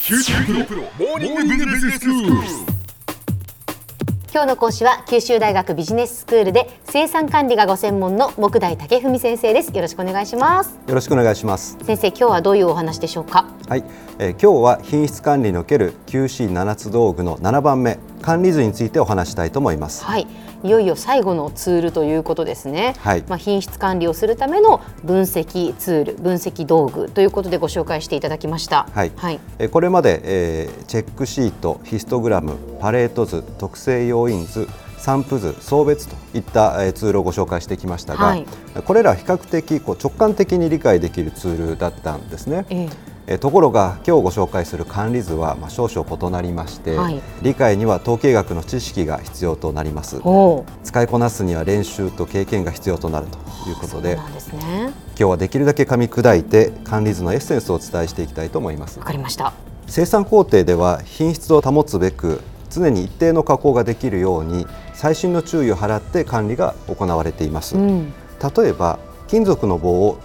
九州大学モーニングビジネススクール。 今日の講師は九州大学ビジネススクールで生産管理がご専門の杢代武文先生です。よろしくお願いします。 よろしくお願いします。 先生、今日はどういうお話でしょうか。 はい、今日は品質管理における QC7 つ道具の7番目、管理図についてお話したいと思います。 はい、いよいよ最後のツールということですね。 はい、 品質管理をするための分析ツール、分析道具ということでご紹介していただきました。 はいはい、これまで、チェックシート、ヒストグラム、パレート図、特性要因図、散布図、送別といった、ツールをご紹介してきましたが、はい、これらは比較的直感的に理解できるツールだったんですね。ところが今日ご紹介する管理図は少々異なりまして、はい、理解には統計学の知識が必要となります。使いこなすには練習と経験が必要となるということで、今日はできるだけ噛み砕いて管理図のエッセンスをお伝えしていきたいと思います。 わかりました。生産工程では品質を保つべく常に一定の加工ができるように細心の注意を払って管理が行われています。例えば金属の棒を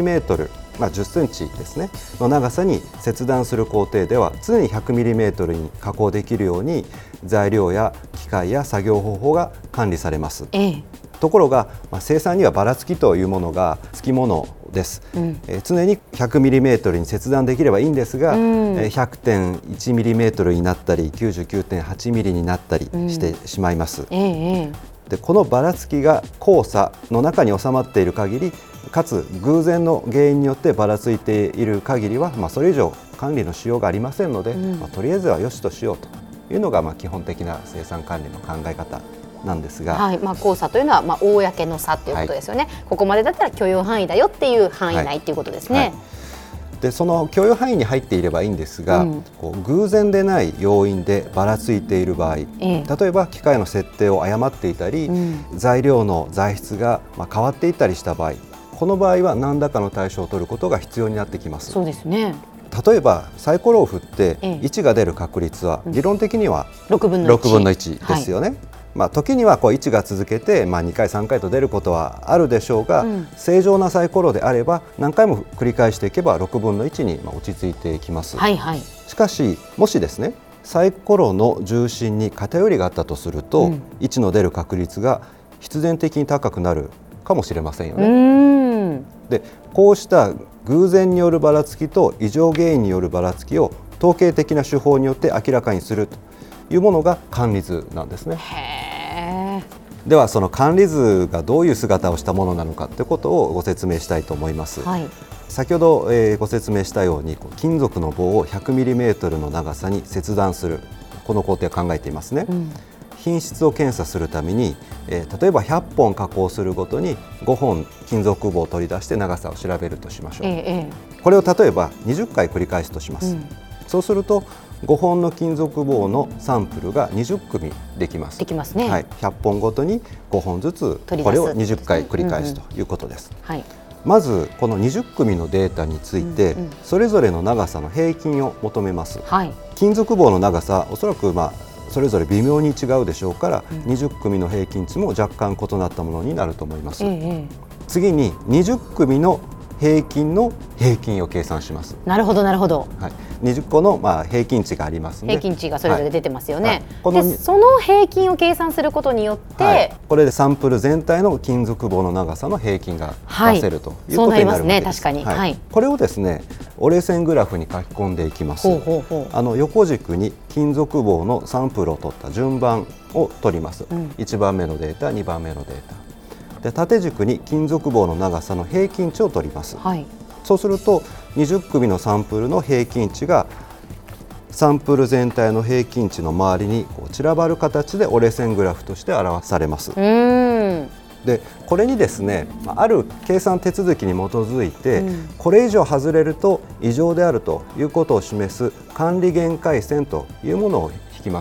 100mm、10センチですねの長さに切断する工程では常に 100mm に加工できるように材料や機械や作業方法が管理されます。ところが、生産にはばらつきというものがつきものです。常に 100mm に切断できればいいんですが、100.1mm になったり 99.8mm になったりしてしまいます。でこのばらつきが交差の中に収まっている限り、かつ偶然の原因によってばらついている限りは、それ以上管理のしようがありませんので、とりあえずは良しとしようというのが基本的な生産管理の考え方なんですが、 交差というのは公の差ということですよね。ここまでだったら許容範囲だよっていう範囲内ということですね。 でその許容範囲に入っていればいいんですが、偶然でない要因でばらついている場合、例えば機械の設定を誤っていたり、材料の材質が変わっていたりした場合、この場合は何らかの対処を取ることが必要になってきます。 そうですね。 例えばサイコロを振って1が出る確率は理論的には6分の1ですよね。時には1が続けて2回3回と出ることはあるでしょうが、正常なサイコロであれば何回も繰り返していけば6分の1に落ち着いていきます。しかしもしですね、サイコロの重心に偏りがあったとすると、1の出る確率が必然的に高くなるかもしれませんよね。でこうした偶然によるばらつきと異常原因によるばらつきを統計的な手法によって明らかにするというものが管理図なんですね。ではその管理図がどういう姿をしたものなのかということをご説明したいと思います。先ほど、ご説明したように金属の棒を 100mm の長さに切断する、この工程を考えていますね。品質を検査するために、例えば100本加工するごとに5本金属棒を取り出して長さを調べるとしましょう。これを例えば20回繰り返すとします。そうすると5本の金属棒のサンプルが20組できます。100本ごとに5本ずつこれを20回繰り返すということです。まずこの20組のデータについてそれぞれの長さの平均を求めます。金属棒の長さおそらくそれぞれ微妙に違うでしょうから、20組の平均値も若干異なったものになると思います。次に20組の平均の平均を計算します。 なるほどなるほど。 20個の平均値がありますので、 平均値がそれぞれ出てますよね。でその平均を計算することによって、 これでサンプル全体の金属棒の長さの平均が出せるということになるわけです。 確かに。 これをですね、折れ線グラフに書き込んでいきます。横軸に金属棒のサンプルを取った順番を取ります。1番目のデータ、2番目のデータで、縦軸に金属棒の長さの平均値を取ります。そうすると20組のサンプルの平均値がサンプル全体の平均値の周りに散らばる形で折れ線グラフとして表されます。でこれにですね、ある計算手続きに基づいて、これ以上外れると異常であるということを示す管理限界線というものを引きます。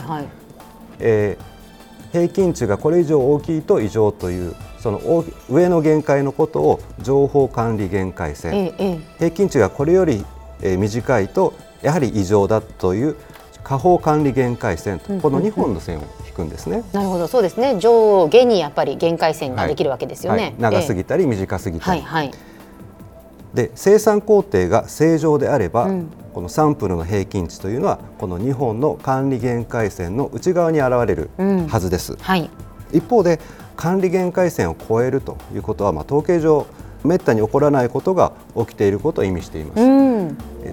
平均値がこれ以上大きいと異常という、その上の限界のことを情報管理限界線、平均値がこれより短いとやはり異常だという下方管理限界線と、この2本の線を引くんですね。 なるほど、そうですね。上下にやっぱり限界線ができるわけですよね。 長すぎたり短すぎたり。 で生産工程が正常であれば、このサンプルの平均値というのはこの2本の管理限界線の内側に現れるはずです、一方で管理限界線を超えるということは、統計上めったに起こらないことが起きていることを意味しています。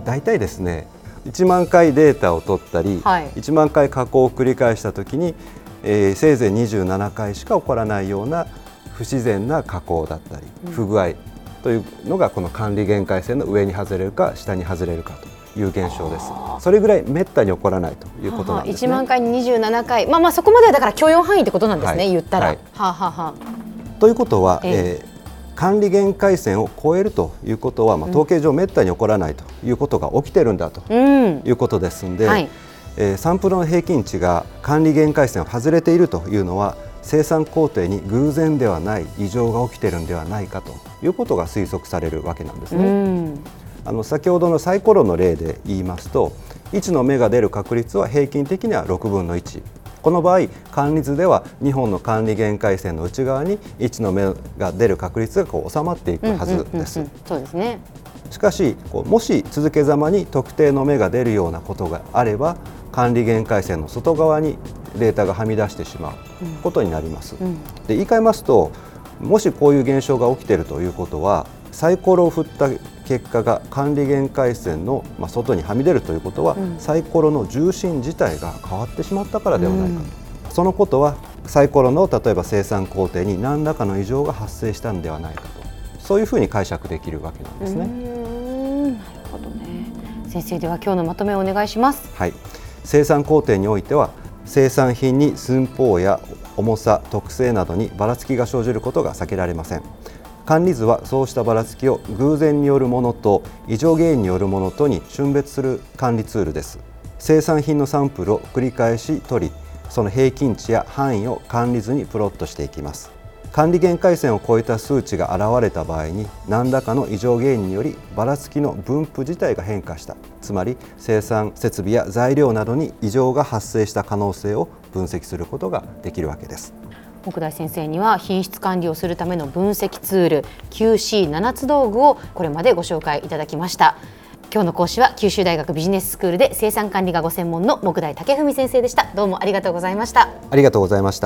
だいたいですね、1万回データを取ったり、1万回加工を繰り返したときに、せいぜい27回しか起こらないような不自然な加工だったり、不具合というのがこの管理限界線の上に外れるか下に外れるかという現象です。それぐらいめったに起こらないということなんですね。 1万回に27回、そこまではだから許容範囲ってことなんですね、言ったら。 ということは、管理限界線を超えるということは、統計上めったに起こらないということが起きてるんだということですので、サンプルの平均値が管理限界線を外れているというのは、生産工程に偶然ではない異常が起きているんではないかということが推測されるわけなんですね。先ほどのサイコロの例で言いますと、1の目が出る確率は平均的には6分の1。この場合、管理図では2本の管理限界線の内側に1の目が出る確率が収まっていくはずです。 そうですね。 しかし、もし続けざまに特定の目が出るようなことがあれば、管理限界線の外側にデータがはみ出してしまうことになります。で、言い換えますと、もしこういう現象が起きているということは、サイコロを振った結果が管理限界線の外にはみ出るということは、サイコロの重心自体が変わってしまったからではないかと。そのことはサイコロの例えば生産工程に何らかの異常が発生したのではないかと、そういうふうに解釈できるわけなんですね。 なるほどね。先生、では今日のまとめをお願いします。 生産工程においては、生産品に寸法や重さ、特性などにばらつきが生じることが避けられません。管理図はそうしたばらつきを偶然によるものと異常原因によるものとに峻別する管理ツールです。生産品のサンプルを繰り返し取り、その平均値や範囲を管理図にプロットしていきます。管理限界線を超えた数値が現れた場合に、何らかの異常原因によりばらつきの分布自体が変化した、つまり生産設備や材料などに異常が発生した可能性を分析することができるわけです。 奥大先生には品質管理をするための分析ツール QC7 つ道具をこれまでご紹介いただきました。今日の講師は九州大学ビジネススクールで生産管理がご専門の杢代武文先生でした。どうもありがとうございました。 ありがとうございました。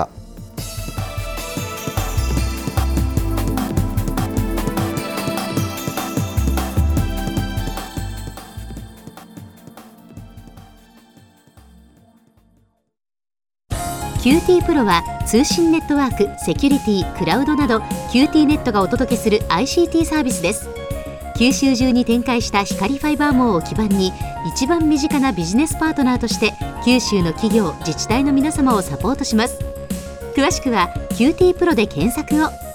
QT プロは通信ネットワーク、セキュリティ、クラウドなど QT ネットがお届けする ICT サービスです。九州中に展開した光ファイバー網を基盤に、一番身近なビジネスパートナーとして九州の企業・自治体の皆様をサポートします。詳しくは QT プロで検索を。